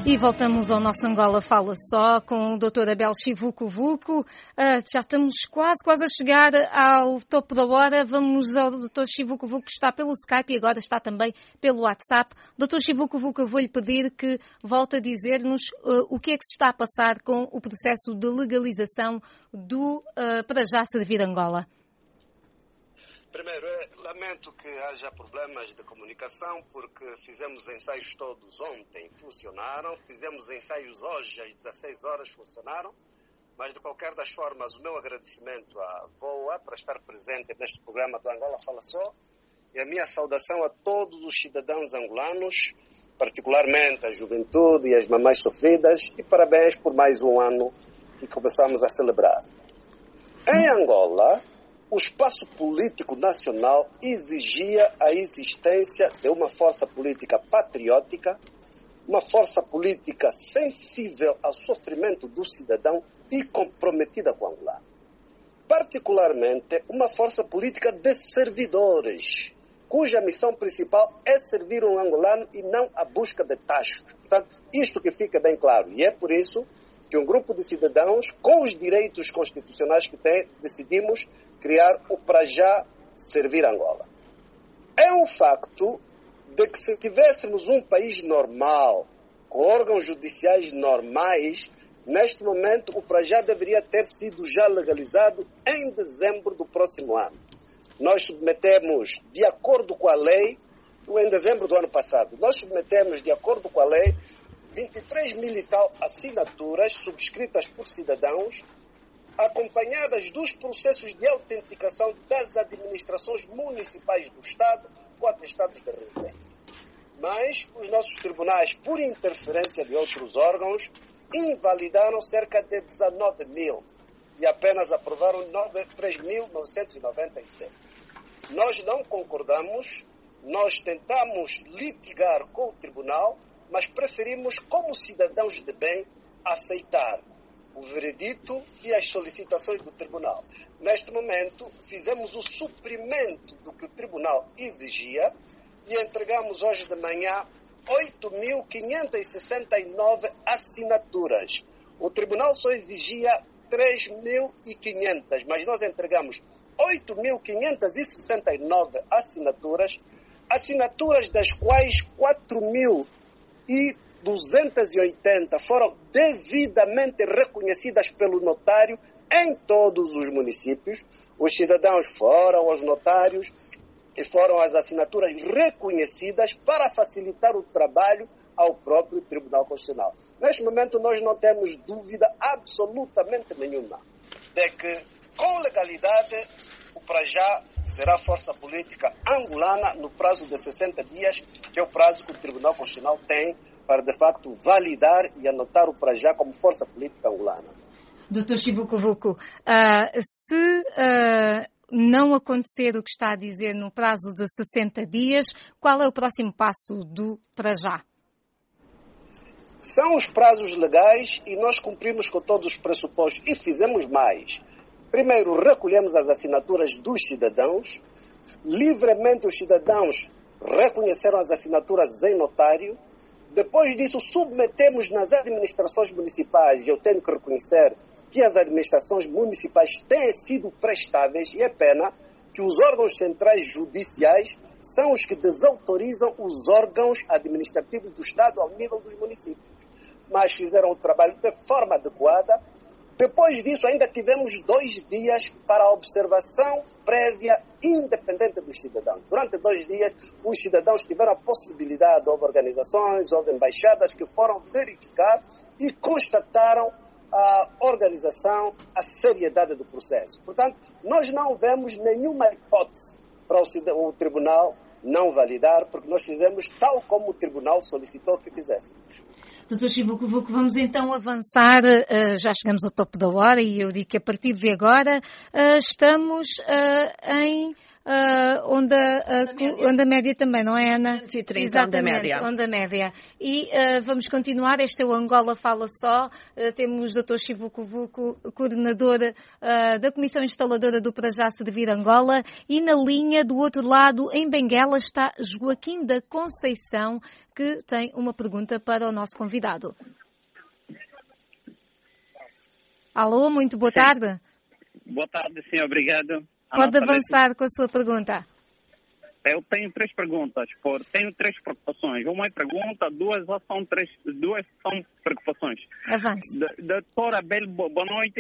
E voltamos ao nosso Angola Fala Só com o Dr. Abel Chivuco-Vuco. Já estamos quase a chegar ao topo da hora. Vamos ao Dr. Chivuco-Vuco, que está pelo Skype e agora está também pelo WhatsApp. Dr. Chivuco-Vuco, eu vou-lhe pedir que volte a dizer-nos o que é que se está a passar com o processo de legalização do Para Já Servir Angola. Primeiro, lamento que haja problemas de comunicação, porque fizemos ensaios todos ontem, funcionaram, fizemos ensaios hoje às 16 horas, funcionaram, mas de qualquer das formas o meu agradecimento à VOA para estar presente neste programa do Angola Fala Só e a minha saudação a todos os cidadãos angolanos, particularmente a juventude e as mamães sofridas, e parabéns por mais um ano que começamos a celebrar. Em Angola, o espaço político nacional exigia a existência de uma força política patriótica, uma força política sensível ao sofrimento do cidadão e comprometida com o angolano. Particularmente, uma força política de servidores, cuja missão principal é servir um angolano e não a busca de taxas. Portanto, isto que fica bem claro. E é por isso que um grupo de cidadãos, com os direitos constitucionais que tem, decidimos criar o Para Já Servir Angola. É um facto de que se tivéssemos um país normal, com órgãos judiciais normais, neste momento o Para Já deveria ter sido já legalizado em dezembro do próximo ano. Nós submetemos, de acordo com a lei, em dezembro do ano passado, nós submetemos, de acordo com a lei, 23 mil e tal assinaturas subscritas por cidadãos, acompanhadas dos processos de autenticação das administrações municipais do Estado com atestados de residência. Mas os nossos tribunais, por interferência de outros órgãos, invalidaram cerca de 19 mil e apenas aprovaram 3.997. Nós não concordamos, nós tentamos litigar com o tribunal, mas preferimos, como cidadãos de bem, aceitar o veredito e as solicitações do tribunal. Neste momento, fizemos o suprimento do que o tribunal exigia e entregamos hoje de manhã 8.569 assinaturas. O tribunal só exigia 3.500, mas nós entregamos 8.569 assinaturas, assinaturas das quais 4.280 foram devidamente reconhecidas pelo notário em todos os municípios. Os cidadãos foram aos notários e foram as assinaturas reconhecidas para facilitar o trabalho ao próprio Tribunal Constitucional. Neste momento nós não temos dúvida absolutamente nenhuma de que, com legalidade, o Para Já será força política angolana no prazo de 60 dias, que é o prazo que o Tribunal Constitucional tem para, de facto, validar e anotar o Para Já como força política angolana. Dr. Chivuco-Vuco, se não acontecer o que está a dizer no prazo de 60 dias, qual é o próximo passo do Para Já? São os prazos legais e nós cumprimos com todos os pressupostos e fizemos mais. Primeiro, recolhemos as assinaturas dos cidadãos. Livremente, os cidadãos reconheceram as assinaturas em notário. Depois disso, submetemos nas administrações municipais, e eu tenho que reconhecer que as administrações municipais têm sido prestáveis, e é pena que os órgãos centrais judiciais são os que desautorizam os órgãos administrativos do Estado ao nível dos municípios. Mas fizeram o trabalho de forma adequada. Depois disso, ainda tivemos 2 dias para a observação prévia independente dos cidadãos. Durante 2 dias, os cidadãos tiveram a possibilidade, houve organizações, houve embaixadas que foram verificar e constataram a organização, a seriedade do processo. Portanto, nós não vemos nenhuma hipótese para o tribunal não validar, porque nós fizemos tal como o tribunal solicitou que fizéssemos. Dr. Chivuco-Vuco, vamos então avançar, já chegamos ao topo da hora e eu digo que a partir de agora estamos em onda média também, não é, Ana? 230, onda média. Onda média. E vamos continuar, este é o Angola Fala Só, temos o Dr. Chivuco Vuco, coordenador da Comissão Instaladora do Para Já Servir Angola, e na linha do outro lado, em Benguela, está Joaquim da Conceição, que tem uma pergunta para o nosso convidado. Alô, muito boa tarde. Boa tarde, sim, obrigado. Pode avançar com a sua pergunta. Eu tenho 3 perguntas, tenho 3 preocupações. Uma é pergunta, duas são preocupações. Avance. Doutora Abel, boa noite.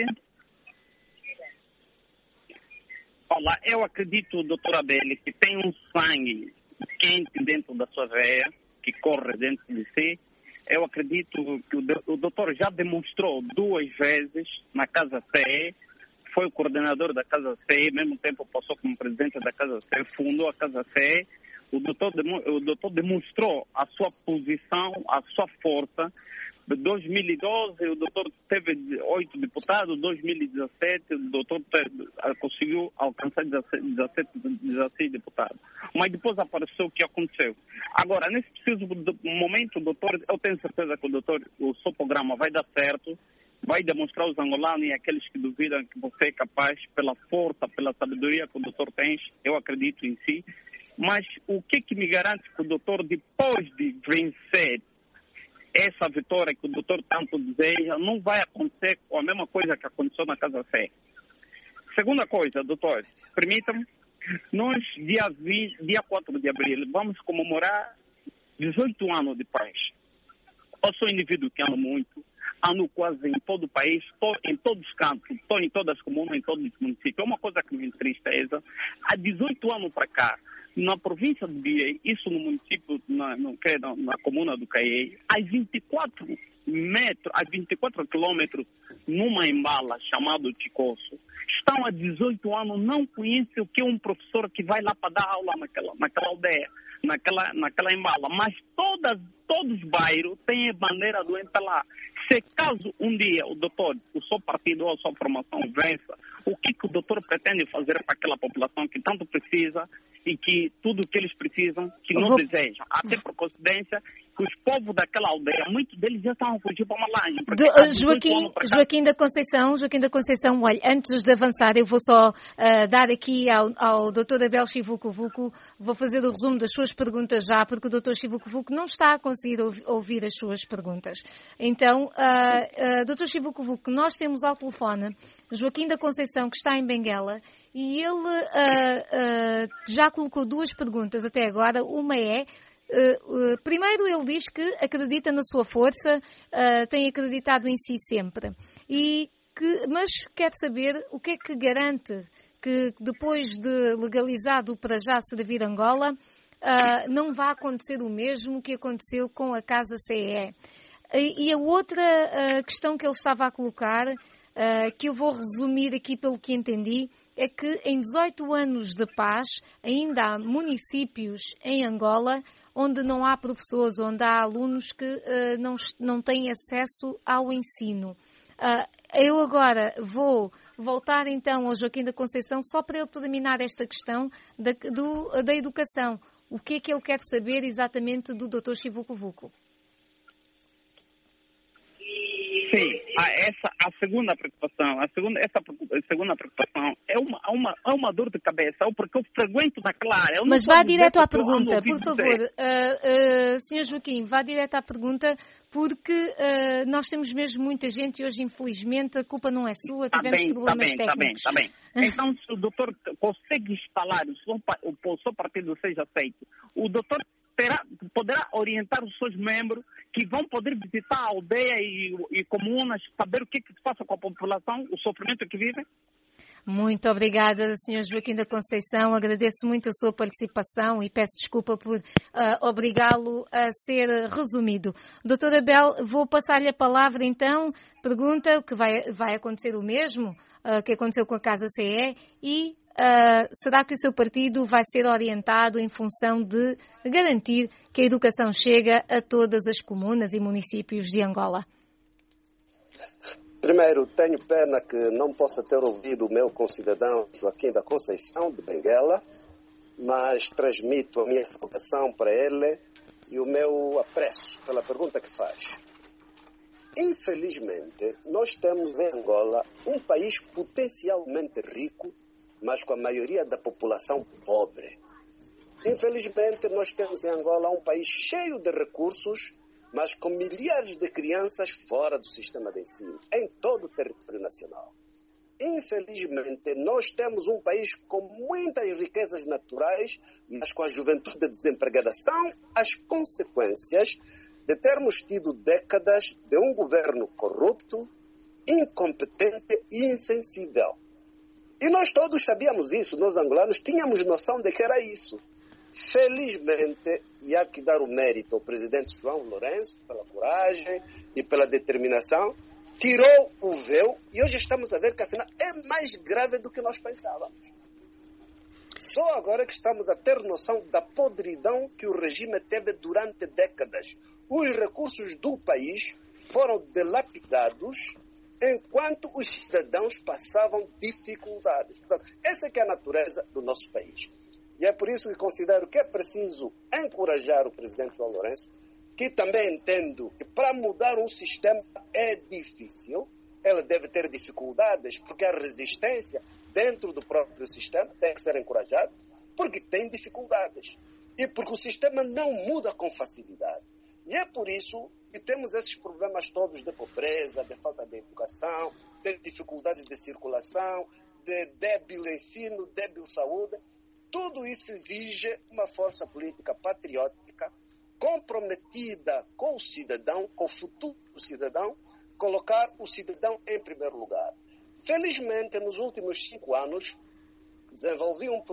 Olá, eu acredito, doutora Abel, que tem um sangue quente dentro da sua veia, que corre dentro de si. Eu acredito que o doutor já demonstrou 2 vezes na Casa CE, foi o coordenador da Casa CE, ao mesmo tempo passou como presidente da Casa CE, fundou a Casa CE. O doutor demonstrou a sua posição, a sua força. Em 2012, o doutor teve 8 deputados, em 2017, o doutor conseguiu alcançar 16 deputados. Mas depois apareceu o que aconteceu. Agora, nesse preciso momento, doutor, eu tenho certeza que o seu programa vai dar certo, vai demonstrar aos angolanos e aqueles que duvidam que você é capaz, pela força, pela sabedoria que o doutor tem, eu acredito em si. Mas o que me garante que o doutor, depois de vencer essa vitória que o doutor tanto deseja, não vai acontecer com a mesma coisa que aconteceu na Casa Sé? Segunda coisa, doutor, permitam-me, nós, dia 4 de abril, vamos comemorar 18 anos de paz. Eu sou um indivíduo que amo muito, ando quase em todo o país, estou em todos os cantos, estou em todas as comunas, em todos os municípios. É uma coisa que me entristeza. Há 18 anos para cá, na província de Bié, isso no município, na comuna do Caiei, há 24 quilômetros, numa embala chamada Ticosso, estão há 18 anos, não conhecem o que é um professor que vai lá para dar aula naquela aldeia, naquela embala. Mas todos os bairros têm a bandeira do MPLA. Se caso um dia o doutor, o seu partido ou a sua formação vença, o que o doutor pretende fazer para aquela população que tanto precisa e que tudo o que eles precisam, que não desejam? Até por coincidência, que os povos daquela aldeia, muitos deles já estavam fugindo para Malange. Joaquim da Conceição, olha, antes de avançar, eu vou só dar aqui ao Dr. Abel Chivuco Vuco, vou fazer o resumo das suas perguntas já, porque o Dr. Chivuco Vuco não está a conseguir ouvir as suas perguntas. Então, Dr. Chivuco Vuco, nós temos ao telefone Joaquim da Conceição, que está em Benguela, e ele já colocou 2 perguntas até agora. Uma é, primeiro ele diz que acredita na sua força, tem acreditado em si sempre, mas quer saber o que é que garante que depois de legalizado o Para Já Servir Angola, não vai acontecer o mesmo que aconteceu com a Casa CE. E a outra questão que ele estava a colocar, que eu vou resumir aqui pelo que entendi, é que em 18 anos de paz ainda há municípios em Angola onde não há professores, onde há alunos que não têm acesso ao ensino. Eu agora vou voltar então ao Joaquim da Conceição só para ele terminar esta questão da educação. O que é que ele quer saber exatamente do Dr. Chivuco Vuco? Sim, a segunda preocupação, é uma dor de cabeça, porque eu frequento naquela área. Mas vá direto à pergunta, por favor. Sr. Joaquim, vá direto à pergunta, porque nós temos mesmo muita gente e hoje, infelizmente, a culpa não é sua, tivemos problemas técnicos. Está bem. Então, se o doutor consegue instalar, o seu partido seja aceito, o doutor poderá orientar os seus membros que vão poder visitar a aldeia e comunas, saber o que se passa com a população, o sofrimento que vivem? Muito obrigada, Sr. Joaquim da Conceição. Agradeço muito a sua participação e peço desculpa por obrigá-lo a ser resumido. Doutor Abel, vou passar-lhe a palavra então. Pergunta o que vai acontecer o mesmo que aconteceu com a Casa CE e será que o seu partido vai ser orientado em função de garantir que a educação chega a todas as comunas e municípios de Angola? Primeiro, tenho pena que não possa ter ouvido o meu concidadão Joaquim da Conceição, de Benguela, mas transmito a minha saudação para ele e o meu apreço pela pergunta que faz. Infelizmente, nós temos em Angola um país potencialmente rico, mas com a maioria da população pobre. Infelizmente, nós temos em Angola um país cheio de recursos, mas com milhares de crianças fora do sistema de ensino, em todo o território nacional. Infelizmente, nós temos um país com muitas riquezas naturais, mas com a juventude desempregada. São as consequências de termos tido décadas de um governo corrupto, incompetente e insensível. E nós todos sabíamos isso, nós angolanos tínhamos noção de que era isso. Felizmente, e há que dar o mérito ao presidente João Lourenço pela coragem e pela determinação, tirou o véu e hoje estamos a ver que afinal é mais grave do que nós pensávamos. Só agora que estamos a ter noção da podridão que o regime teve durante décadas. Os recursos do país foram dilapidados enquanto os cidadãos passavam dificuldades. Portanto, essa é que é a natureza do nosso país. E é por isso que considero que é preciso encorajar o presidente João Lourenço, que também entendo que para mudar um sistema é difícil, ele deve ter dificuldades, porque a resistência dentro do próprio sistema tem que ser encorajada, porque tem dificuldades. E porque o sistema não muda com facilidade. E é por isso que temos esses problemas todos de pobreza, de falta de educação, de dificuldades de circulação, de débil ensino, débil saúde. Tudo isso exige uma força política patriótica, comprometida com o cidadão, com o futuro do cidadão, colocar o cidadão em primeiro lugar. Felizmente, nos últimos 5 anos, desenvolvi um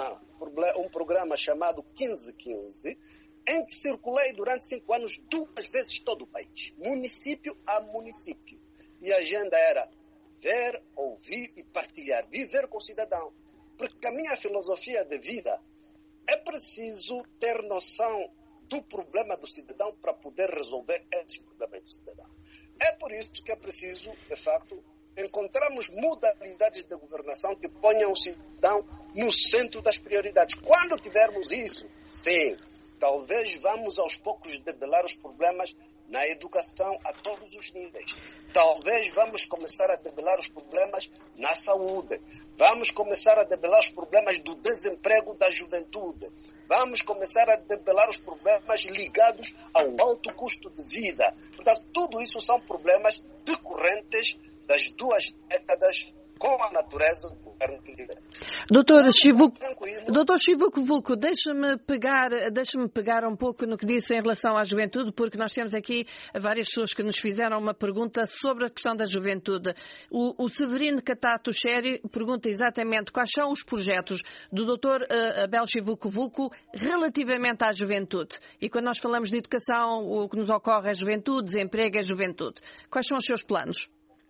programa chamado 1515, em que circulei durante 5 anos 2 vezes todo o país, município a município. E a agenda era ver, ouvir e partilhar, viver com o cidadão. Porque a minha filosofia de vida é preciso ter noção do problema do cidadão para poder resolver esses problemas do cidadão. É por isso que é preciso, de facto, encontrarmos modalidades de governação que ponham o cidadão no centro das prioridades. Quando tivermos isso, sim, talvez vamos aos poucos debelar os problemas na educação a todos os níveis. Talvez vamos começar a debelar os problemas na saúde. Vamos começar a debelar os problemas do desemprego da juventude. Vamos começar a debelar os problemas ligados ao alto custo de vida. Portanto, tudo isso são problemas decorrentes das 2 décadas com a natureza do governo que tivemos. Doutor Chivuco Vulco, deixa-me pegar um pouco no que disse em relação à juventude, porque nós temos aqui várias pessoas que nos fizeram uma pergunta sobre a questão da juventude. O Severino Catato Xeri pergunta exatamente quais são os projetos do doutor Abel Chivuco Vulco relativamente à juventude. E quando nós falamos de educação, o que nos ocorre é juventude, desemprego é juventude. Quais são os seus planos?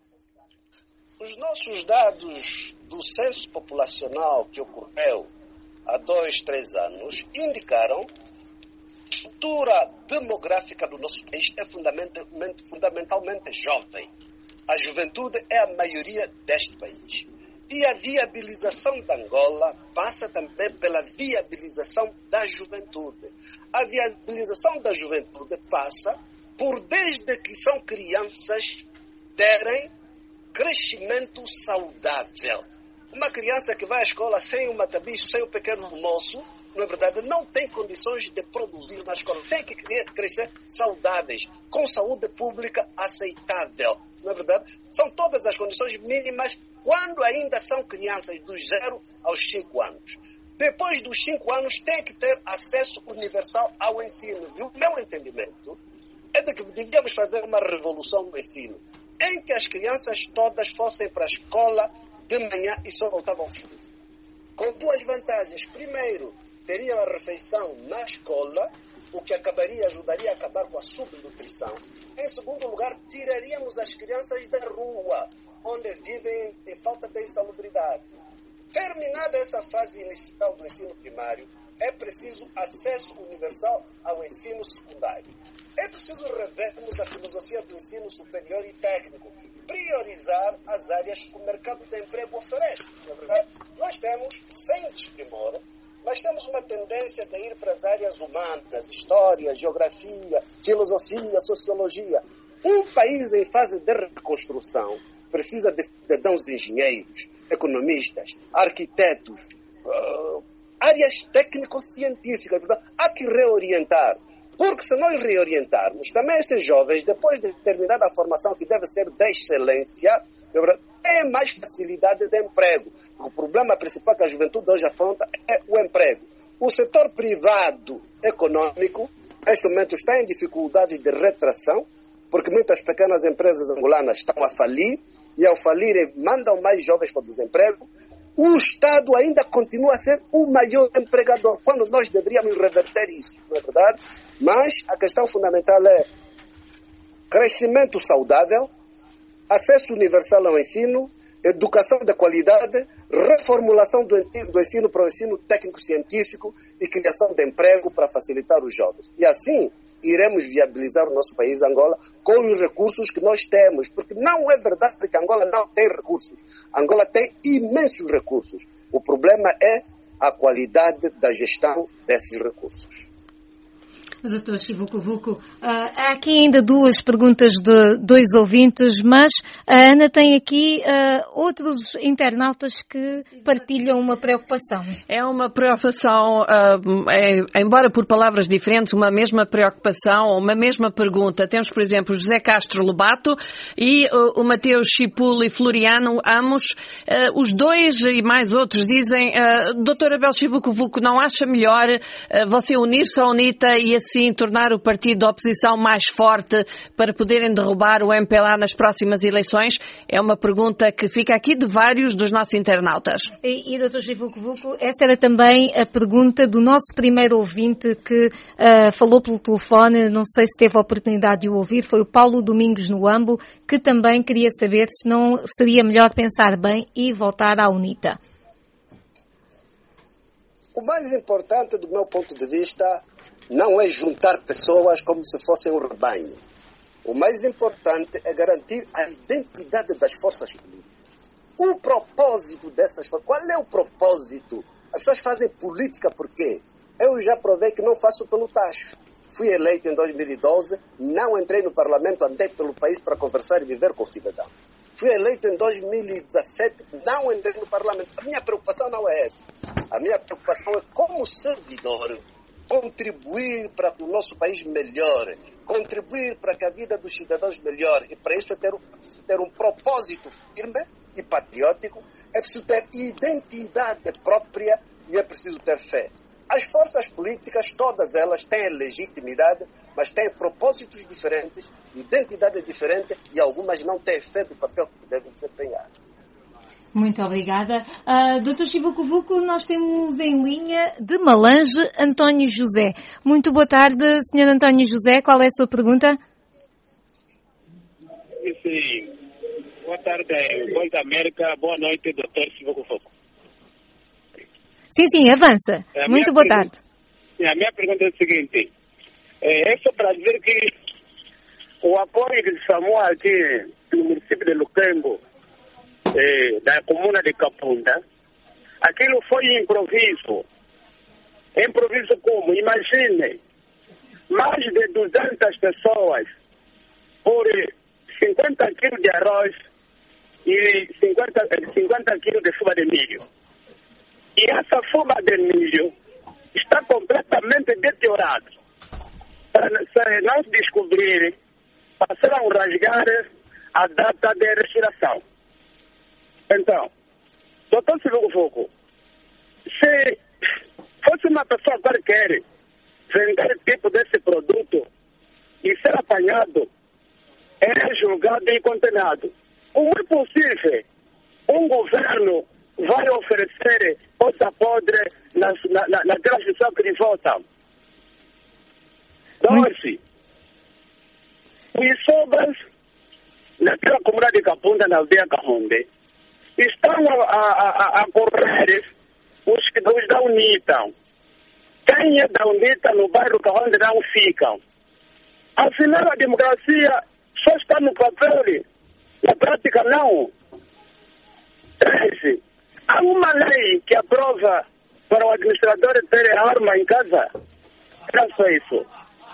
Os nossos dados do censo populacional que ocorreu há 2, 3 anos indicaram que a estrutura demográfica do nosso país é fundamentalmente jovem. A juventude é a maioria deste país. E a viabilização da Angola passa também pela viabilização da juventude. A viabilização da juventude passa por, desde que são crianças, terem crescimento saudável. Uma criança que vai à escola sem um matabicho, sem um pequeno almoço, na verdade, não tem condições de produzir na escola. Tem que crescer saudáveis, com saúde pública aceitável. Na verdade, são todas as condições mínimas quando ainda são crianças dos 0 aos 5 anos. Depois dos 5 anos, tem que ter acesso universal ao ensino. E o meu entendimento é de que devíamos fazer uma revolução no ensino, em que as crianças todas fossem para a escola de manhã e só voltavam ao fim. Com 2 vantagens. Primeiro, teriam a refeição na escola, o que ajudaria a acabar com a subnutrição. Em segundo lugar, tiraríamos as crianças da rua, onde vivem em falta de insalubridade. Terminada essa fase inicial do ensino primário, é preciso acesso universal ao ensino secundário. É preciso revermos a filosofia do ensino superior e técnico, priorizar as áreas que o mercado de emprego oferece. Na verdade, nós temos, sem desprimor, mas temos uma tendência de ir para as áreas humanas, história, geografia, filosofia, sociologia. Um país em fase de reconstrução precisa de cidadãos engenheiros, economistas, arquitetos, áreas técnico-científicas. Há que reorientar. Porque se nós reorientarmos, também esses jovens, depois de determinada formação que deve ser de excelência, têm mais facilidade de emprego. O problema principal que a juventude hoje afronta é o emprego. O setor privado econômico, neste momento, está em dificuldades de retração, porque muitas pequenas empresas angolanas estão a falir, e ao falirem mandam mais jovens para o desemprego. O Estado ainda continua a ser o maior empregador, quando nós deveríamos reverter isso, não é verdade? Mas a questão fundamental é crescimento saudável, acesso universal ao ensino, educação de qualidade, reformulação do ensino para o ensino técnico-científico e criação de emprego para facilitar os jovens. E assim iremos viabilizar o nosso país, Angola, com os recursos que nós temos. Porque não é verdade que Angola não tem recursos. Angola tem imensos recursos. O problema é a qualidade da gestão desses recursos. Doutor Chivuco Vuco, há aqui ainda duas perguntas de dois ouvintes, mas a Ana tem aqui outros internautas que partilham uma preocupação. É uma preocupação, embora por palavras diferentes, uma mesma preocupação, uma mesma pergunta. Temos, por exemplo, José Castro Lobato e o Mateus Chipula e Floriano, ambos, os dois e mais outros dizem, doutora Abel Chivuco Vuco, não acha melhor você unir-se à UNITA e assim tornar o partido da oposição mais forte para poderem derrubar o MPLA nas próximas eleições? É uma pergunta que fica aqui de vários dos nossos internautas. E Dr. Chivuco Vuco, essa era também a pergunta do nosso primeiro ouvinte que falou pelo telefone, não sei se teve a oportunidade de o ouvir, foi o Paulo Domingos no Ambo, que também queria saber se não seria melhor pensar bem e voltar à UNITA. O mais importante, do meu ponto de vista, não é juntar pessoas como se fossem um rebanho. O mais importante é garantir a identidade das forças políticas. O propósito dessas forças, qual é o propósito? As pessoas fazem política por quê? Eu já provei que não faço pelo tacho. Fui eleito em 2012, não entrei no parlamento, andei pelo país para conversar e viver com o cidadão. Fui eleito em 2017, não entrei no parlamento. A minha preocupação não é essa. A minha preocupação é como servidor contribuir para que o nosso país melhore, contribuir para que a vida dos cidadãos melhore. E para isso é preciso ter um propósito firme e patriótico, é preciso ter identidade própria e é preciso ter fé. As forças políticas, todas elas têm legitimidade, mas têm propósitos diferentes, identidade diferente e algumas não têm fé do papel que devem desempenhar. Muito obrigada. Dr. Chivuco Vuco, nós temos em linha de Malange António José. Muito boa tarde, Sr. António José. Qual é a sua pergunta? Sim. Boa tarde, Voz da América. Boa noite, Dr. Chivuco Vuco. Sim, avança. Muito boa tarde. A minha pergunta é a seguinte. É só para dizer que o apoio de Samoa aqui no município de Luquembo, da comuna de Capunda, aquilo foi improviso. Improviso como? Imagine, mais de 200 pessoas por 50 quilos de arroz e 50 quilos de fuba de milho. E essa fuba de milho está completamente deteriorada. Para não se descobrir, passaram a rasgar a data de respiração. Então, doutor Chivuco Vuco, se fosse uma pessoa qualquer vender tipo desse produto e ser apanhado, é julgado e condenado. Como é possível um governo vai oferecer coisa podre naquela instituição que lhe votam? Doce. Os sobras naquela comunidade de Capunda, na aldeia Camunde, estão a correr os da UNITA. Quem é da UNITA no bairro onde não ficam? Afinal, a democracia só está no papel, na prática não. 13. Há uma lei que aprova para o administrador ter arma em casa. Era só isso.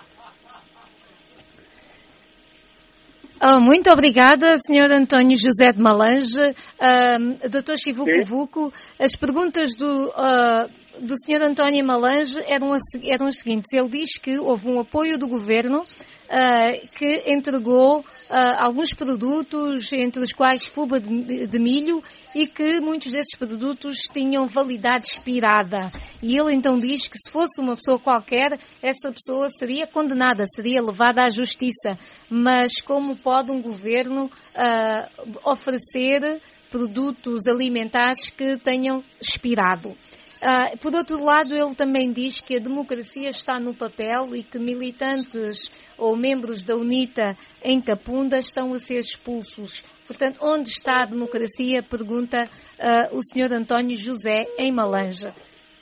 Muito obrigada, Sr. António José de Malange. Dr. Chivuco Vuco, as perguntas do Sr. António Malange eram as seguintes. Ele diz que houve um apoio do Governo que entregou alguns produtos, entre os quais fuba de milho, e que muitos desses produtos tinham validade expirada. E ele então diz que se fosse uma pessoa qualquer, essa pessoa seria condenada, seria levada à justiça. Mas como pode um governo oferecer produtos alimentares que tenham expirado? Por outro lado, ele também diz que a democracia está no papel e que militantes ou membros da UNITA em Capunda estão a ser expulsos. Portanto, onde está a democracia? Pergunta o Sr. António José em Malange.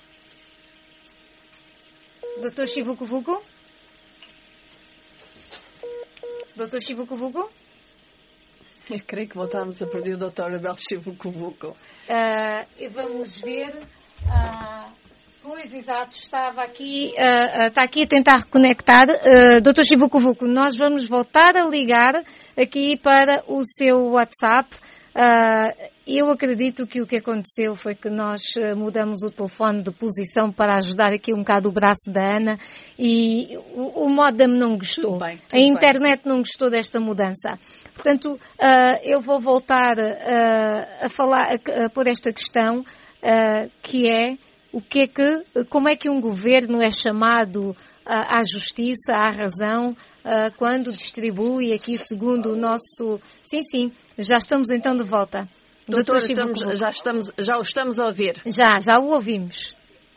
Dr. Chivuco Vuco? Dr. Chivuco Vuco? Eu creio que voltámos a perder o Dr. Abel Chivuco Vuco. Vamos ver... pois, exato, está aqui a tentar reconectar. Dr. Chivuco Vuco, nós vamos voltar a ligar aqui para o seu WhatsApp. Eu acredito que o que aconteceu foi que nós mudamos o telefone de posição para ajudar aqui um bocado o braço da Ana e o modem não gostou. Tudo bem. A internet não gostou desta mudança. Portanto, eu vou voltar a falar, a pôr esta questão, que é como é que um governo é chamado à justiça, à razão, quando distribui aqui segundo o nosso... Sim, já estamos então de volta. Doutor, já o estamos a ouvir. Já o ouvimos.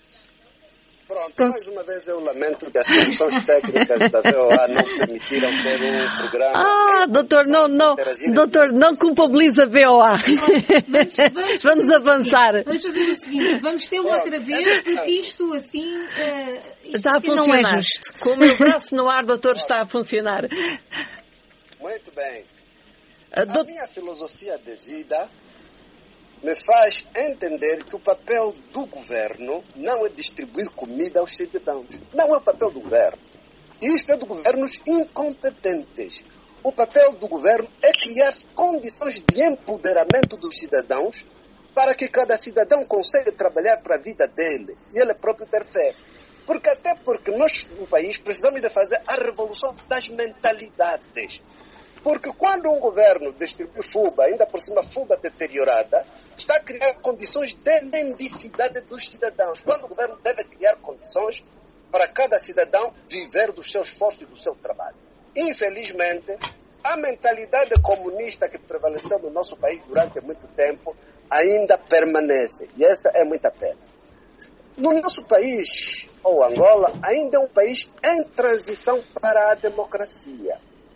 Pronto, mais uma vez eu lamento que as condições técnicas da VOA não permitiram ter um programa... doutor, não culpabilize a VOA. Vamos avançar. Vamos fazer o seguinte, vamos tê-lo outra vez, porque isto assim está a funcionar. Não é justo. Com o meu braço no ar, doutor, está a funcionar. Muito bem. A minha filosofia de vida me faz entender que o papel do governo não é distribuir comida aos cidadãos. Não é o papel do governo. Isto é de governos incompetentes. O papel do governo é criar condições de empoderamento dos cidadãos para que cada cidadão consiga trabalhar para a vida dele e ele próprio ter fé. Porque nós, no país, precisamos de fazer a revolução das mentalidades. Porque quando um governo distribui fuba, ainda por cima fuba deteriorada, está a criar condições de mendicidade dos cidadãos. Quando o governo deve criar condições para cada cidadão viver dos seus esforços e do seu trabalho. Infelizmente, a mentalidade comunista que prevaleceu no nosso país durante muito tempo ainda permanece. E esta é muita pena. No nosso país, ou Angola, ainda é um país em transição para a democracia.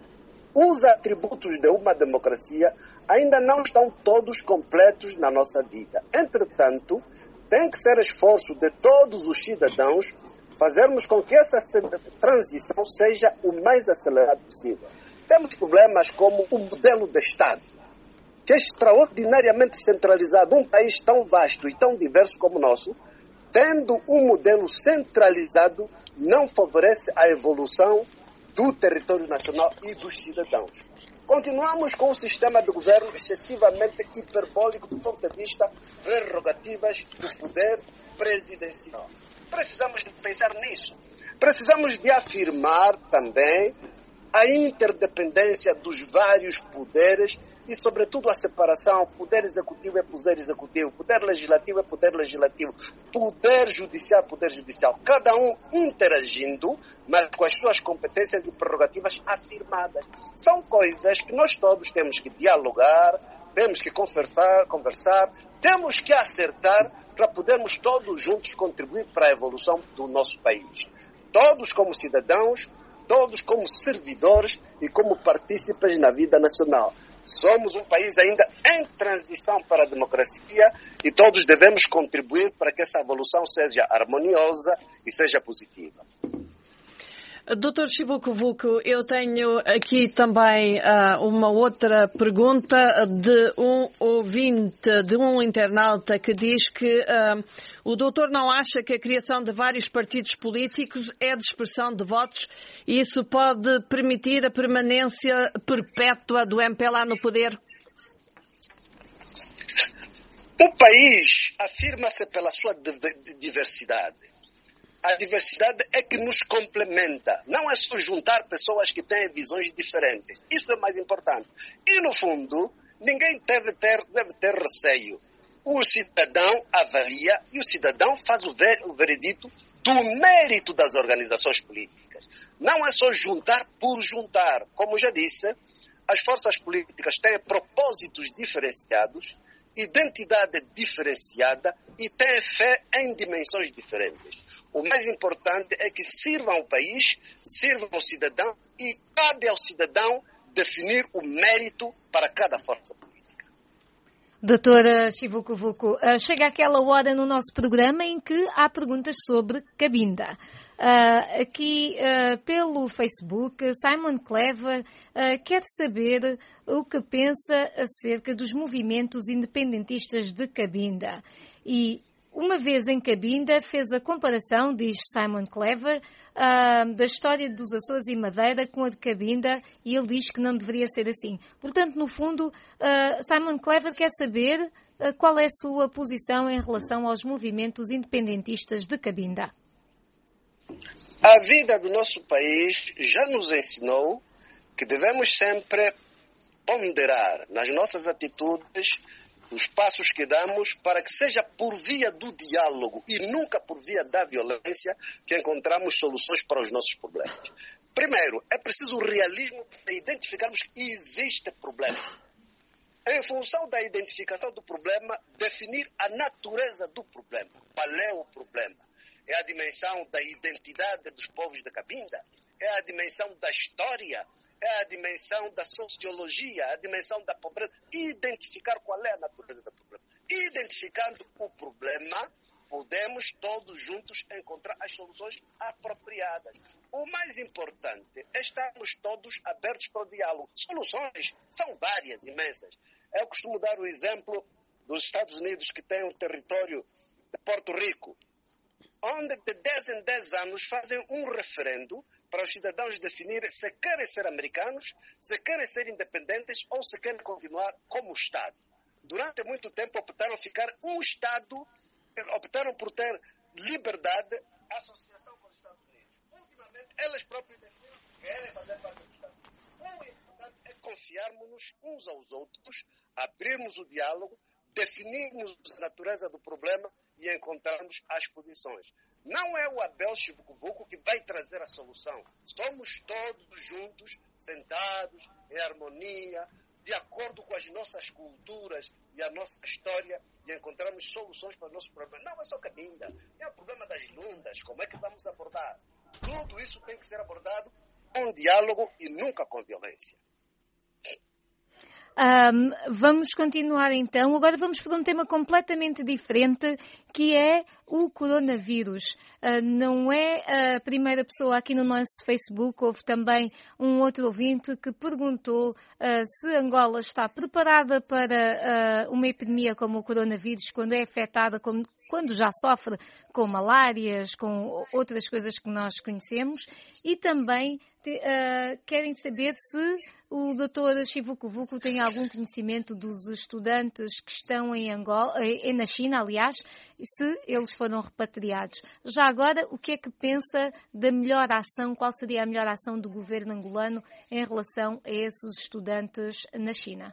Os atributos de uma democracia ainda não estão todos completos na nossa vida. Entretanto, tem que ser esforço de todos os cidadãos fazermos com que essa transição seja o mais acelerada possível. Temos problemas como o modelo de Estado, que é extraordinariamente centralizado. Um país tão vasto e tão diverso como o nosso, tendo um modelo centralizado, não favorece a evolução do território nacional e dos cidadãos. Continuamos com um sistema de governo excessivamente hiperbólico do ponto de vista prerrogativas do poder presidencial. Precisamos de pensar nisso. Precisamos de afirmar também a interdependência dos vários poderes e, sobretudo, a separação poder executivo é poder executivo, poder legislativo é poder legislativo, poder judicial é poder judicial. Cada um interagindo, mas com as suas competências e prerrogativas afirmadas. São coisas que nós todos temos que dialogar, temos que conversar, temos que acertar para podermos todos juntos contribuir para a evolução do nosso país. Todos como cidadãos, todos como servidores e como partícipes na vida nacional. Somos um país ainda em transição para a democracia e todos devemos contribuir para que essa evolução seja harmoniosa e seja positiva. Dr. Chivuco Vuco, eu tenho aqui também uma outra pergunta de um ouvinte, de um internauta que diz que o doutor não acha que a criação de vários partidos políticos é dispersão de votos e isso pode permitir a permanência perpétua do MPLA no poder? O país afirma-se pela sua diversidade. A diversidade é que nos complementa. Não é só juntar pessoas que têm visões diferentes. Isso é mais importante. E, no fundo, ninguém deve ter receio. O cidadão avalia e o cidadão faz o veredito do mérito das organizações políticas. Não é só juntar por juntar. Como já disse, as forças políticas têm propósitos diferenciados, identidade diferenciada e têm fé em dimensões diferentes. O mais importante é que sirvam ao país, sirvam ao cidadão e cabe ao cidadão definir o mérito para cada força política. Doutora Chivuco Vuco, chega aquela hora no nosso programa em que há perguntas sobre Cabinda. Aqui pelo Facebook, Simon Clever quer saber o que pensa acerca dos movimentos independentistas de Cabinda. E uma vez em Cabinda fez a comparação, diz Simon Clever, da história dos Açores e Madeira com a de Cabinda e ele diz que não deveria ser assim. Portanto, no fundo, Simon Clever quer saber qual é a sua posição em relação aos movimentos independentistas de Cabinda. A vida do nosso país já nos ensinou que devemos sempre ponderar nas nossas atitudes os passos que damos para que seja por via do diálogo e nunca por via da violência que encontramos soluções para os nossos problemas. Primeiro, é preciso o realismo para identificarmos que existe problema. Em função da identificação do problema, definir a natureza do problema. Qual é o problema? É a dimensão da identidade dos povos da Cabinda? É a dimensão da história? É a dimensão da sociologia, a dimensão da pobreza. Identificar qual é a natureza do problema. Identificando o problema, podemos todos juntos encontrar as soluções apropriadas. O mais importante é estarmos todos abertos para o diálogo. Soluções são várias, imensas. Eu costumo dar o exemplo dos Estados Unidos, que tem um território de Porto Rico, onde de 10 em 10 anos fazem um referendo para os cidadãos definirem se querem ser americanos, se querem ser independentes ou se querem continuar como Estado. Durante muito tempo optaram ficar um Estado, optaram por ter liberdade, associação com os Estados Unidos. Ultimamente, elas próprias definiram que querem fazer parte do Estado. O importante é confiarmos uns aos outros, abrirmos o diálogo, definirmos a natureza do problema e encontrarmos as posições. Não é o Abel Chivuco Vuco que vai trazer a solução. Somos todos juntos, sentados, em harmonia, de acordo com as nossas culturas e a nossa história, e encontrarmos soluções para os nossos problemas. Não é só Cabinda, é o problema das lundas. Como é que vamos abordar? Tudo isso tem que ser abordado com diálogo e nunca com violência. Vamos continuar então. Agora vamos para um tema completamente diferente, que é o coronavírus. Não é a primeira pessoa aqui no nosso Facebook. Houve também um outro ouvinte que perguntou se Angola está preparada para uma epidemia como o coronavírus, quando é afetada, quando já sofre com malárias, com outras coisas que nós conhecemos. E também querem saber se o Dr. Chivuco Vuco tem algum conhecimento dos estudantes que estão em Angola, na China, aliás, se eles foram repatriados. Já agora, o que é que pensa da melhor ação? Qual seria a melhor ação do governo angolano em relação a esses estudantes na China?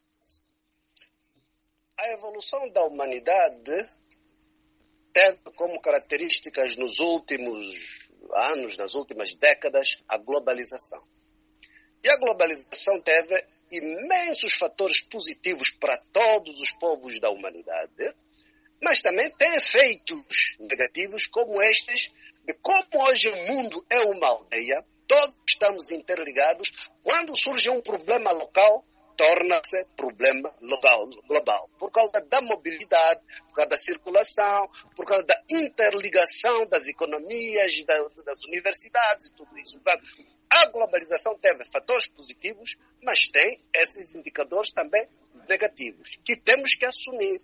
A evolução da humanidade teve como características nos últimos anos, nas últimas décadas, a globalização. E a globalização teve imensos fatores positivos para todos os povos da humanidade, mas também tem efeitos negativos como estes, de como hoje o mundo é uma aldeia, todos estamos interligados. Quando surge um problema local, torna-se problema global. Por causa da mobilidade, por causa da circulação, por causa da interligação das economias, das universidades e tudo isso. A globalização teve fatores positivos, mas tem esses indicadores também negativos, que temos que assumir.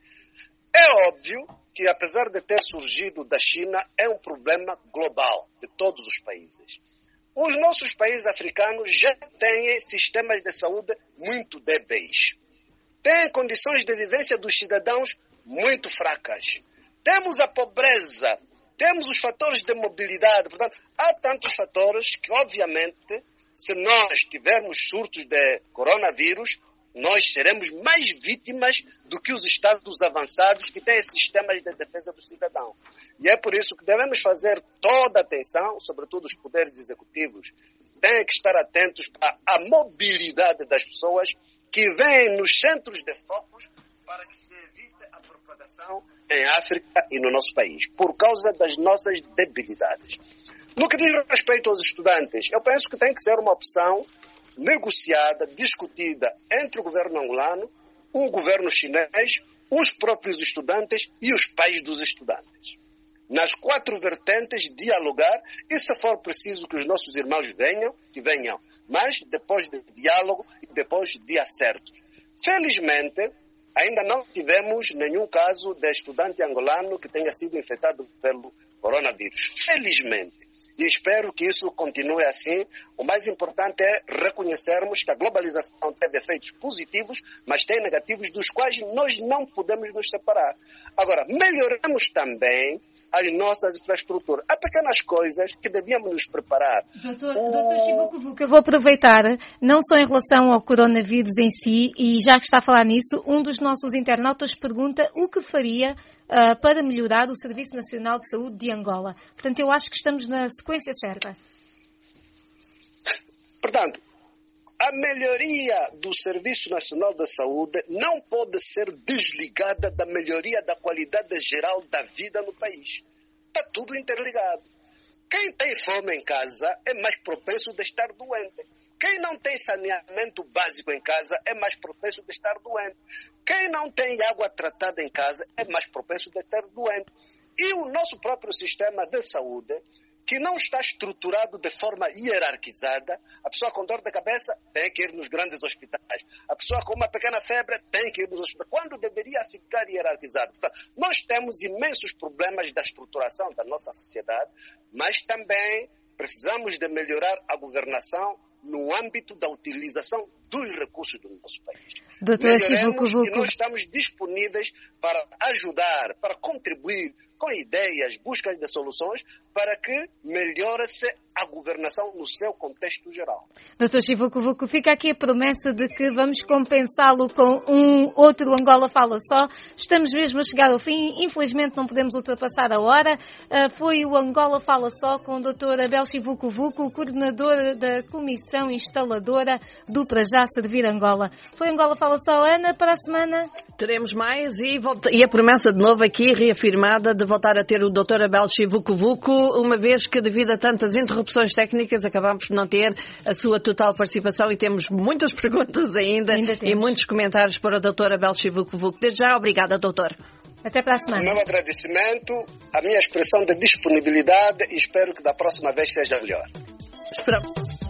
É óbvio que, apesar de ter surgido da China, é um problema global de todos os países. Os nossos países africanos já têm sistemas de saúde muito débeis. Têm condições de vivência dos cidadãos muito fracas. Temos a pobreza, temos os fatores de mobilidade. Portanto, há tantos fatores que, obviamente, se nós tivermos surtos de coronavírus, nós seremos mais vítimas do que os estados avançados que têm sistemas de defesa do cidadão. E é por isso que devemos fazer toda a atenção, sobretudo os poderes executivos, têm que estar atentos à mobilidade das pessoas que vêm nos centros de focos para que se evite a propagação em África e no nosso país, por causa das nossas debilidades. No que diz respeito aos estudantes, eu penso que tem que ser uma opção negociada, discutida entre o governo angolano, o governo chinês, os próprios estudantes e os pais dos estudantes. Nas 4 vertentes, dialogar, e se for preciso que os nossos irmãos venham, que venham, mas depois de diálogo e depois de acertos. Felizmente, ainda não tivemos nenhum caso de estudante angolano que tenha sido infectado pelo coronavírus. Felizmente. E espero que isso continue assim. O mais importante é reconhecermos que a globalização teve efeitos positivos, mas tem negativos dos quais nós não podemos nos separar. Agora, melhoramos também as nossas infraestruturas. Há pequenas coisas que devíamos nos preparar. Doutor Chivuco, eu vou aproveitar, não só em relação ao coronavírus em si, e já que está a falar nisso, um dos nossos internautas pergunta o que faria para melhorar o Serviço Nacional de Saúde de Angola. Portanto, eu acho que estamos na sequência certa. Portanto, a melhoria do Serviço Nacional da Saúde não pode ser desligada da melhoria da qualidade geral da vida no país. Está tudo interligado. Quem tem fome em casa é mais propenso de estar doente. Quem não tem saneamento básico em casa é mais propenso de estar doente. Quem não tem água tratada em casa é mais propenso de estar doente. E o nosso próprio sistema de saúde, que não está estruturado de forma hierarquizada, a pessoa com dor de cabeça tem que ir nos grandes hospitais. A pessoa com uma pequena febre tem que ir nos hospitais. Quando deveria ficar hierarquizado? Nós temos imensos problemas da estruturação da nossa sociedade, mas também precisamos de melhorar a governação no âmbito da utilização dos recursos do nosso país. Melhoremos e nós estamos disponíveis para ajudar, para contribuir com ideias, buscas de soluções para que melhore-se a governação no seu contexto geral. Dr. Chivuco Vuco, fica aqui a promessa de que vamos compensá-lo com um outro Angola Fala Só. Estamos mesmo a chegar ao fim, infelizmente não podemos ultrapassar a hora. Foi o Angola Fala Só com o Dr. Abel Chivuco Vuco, coordenador da Comissão Instaladora do Para Já Servir Angola. Foi Angola Fala Só, Ana, para a semana. Teremos mais e a promessa de novo aqui reafirmada de voltar a ter o Dr. Abel Chivuco Vuco, uma vez que devido a tantas interrupções técnicas acabamos por não ter a sua total participação e temos muitas perguntas ainda e muitos comentários para o Dr. Abel Chivuco Vuco. Desde já, obrigada, doutor. Até para a semana. O meu agradecimento, a minha expressão de disponibilidade e espero que da próxima vez seja melhor. Esperamos.